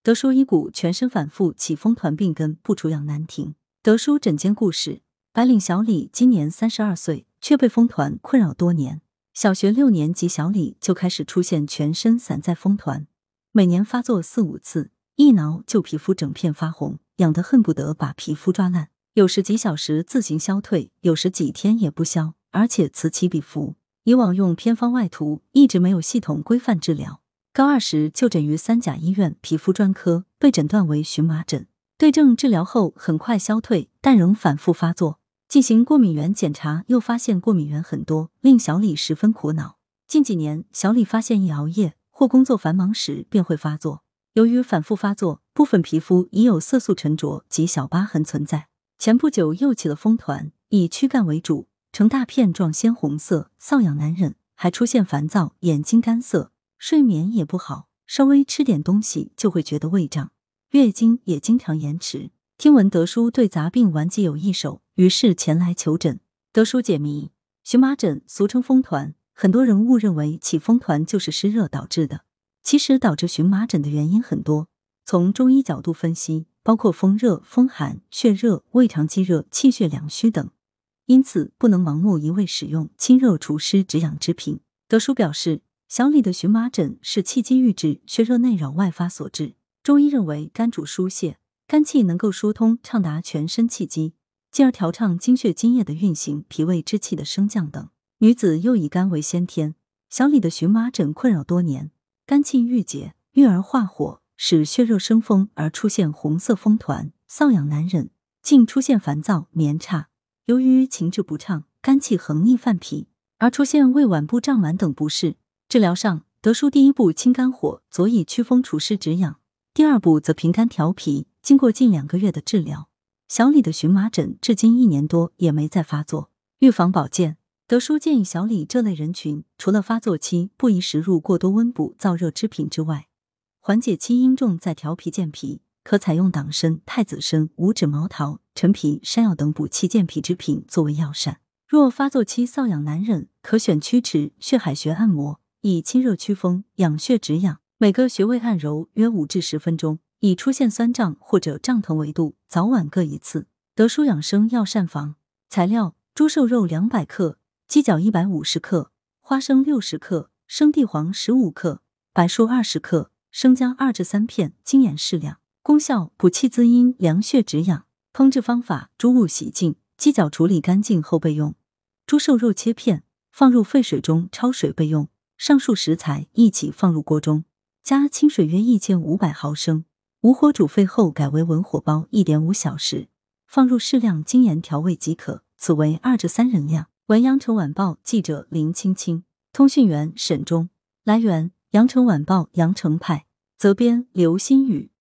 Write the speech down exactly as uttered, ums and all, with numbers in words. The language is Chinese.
德叔一股全身反复起风团病根，不除痒难停。德叔诊间故事：白领小李今年三十二岁，却被风团困扰多年。小学六年级小李就开始出现全身散在风团，每年发作四五次，一挠就皮肤整片发红，痒得恨不得把皮肤抓烂。有时几小时自行消退，有时几天也不消，而且此起彼伏。以往用偏方外涂，一直没有系统规范治疗。高二时就诊于三甲医院皮肤专科，被诊断为荨麻疹。对症治疗后很快消退，但仍反复发作。进行过敏原检查又发现过敏原很多，令小李十分苦恼。近几年，小李发现一熬夜或工作繁忙时便会发作。由于反复发作，部分皮肤已有色素沉着及小疤痕存在。前不久又起了风团，以躯干为主，呈大片状鲜红色，瘙痒难忍，还出现烦躁、眼睛干涩，睡眠也不好，稍微吃点东西就会觉得胃胀，月经也经常延迟。听闻德叔对杂病顽疾有一手，于是前来求诊。德叔解谜：荨麻疹俗称风团，很多人误认为起风团就是湿热导致的，其实导致荨麻疹的原因很多。从中医角度分析，包括风热、风寒、血热、胃肠积热、气血两虚等，因此不能盲目一味使用清热除湿止痒之品。德叔表示，小李的荨麻疹是气机郁滞、血热内扰外发所致。中医认为肝主疏泄，肝气能够疏通畅达全身气机，进而调畅精血津液的运行、脾胃之气的升降等。女子又以肝为先天，小李的荨麻疹困扰多年，肝气郁结，郁而化火，使血热生风而出现红色风团，瘙痒难忍，竟出现烦躁、眠差。由于情志不畅，肝气横逆犯脾，而出现胃脘部胀满等不适。治疗上，德叔第一步清肝火，佐以祛风除湿止痒；第二步则平肝调脾。经过近两个月的治疗，小李的荨麻疹至今一年多也没再发作。预防保健，德叔建议小李这类人群，除了发作期不宜食入过多温补燥热之品之外，缓解期应重在调脾健脾，可采用党参、太子参、五指毛桃、陈皮、山药等补气健脾之品作为药膳。若发作期瘙痒难忍，可选曲池、血海穴按摩，以清热祛风、养血止痒。每个穴位按揉约五至十分钟，以出现酸胀或者胀疼为度，早晚各一次。德叔养生药膳房材料：猪瘦肉两百克，鸡脚一百五十克，花生六十克，生地黄十五克，白术二十克，生姜二至三片，精盐适量。功效：补气滋阴，凉血止痒。烹制方法：猪物洗净，鸡脚处理干净后备用，猪瘦肉切片，放入沸水中焯水备用。上述食材一起放入锅中，加清水约一千五百毫升，无火煮沸后改为文火煲 一点五小时，放入适量精盐调味即可。此为二至三人量。文阳城晚报记者林青青，通讯员沈忠。来源：阳城晚报阳城派，责编刘新宇。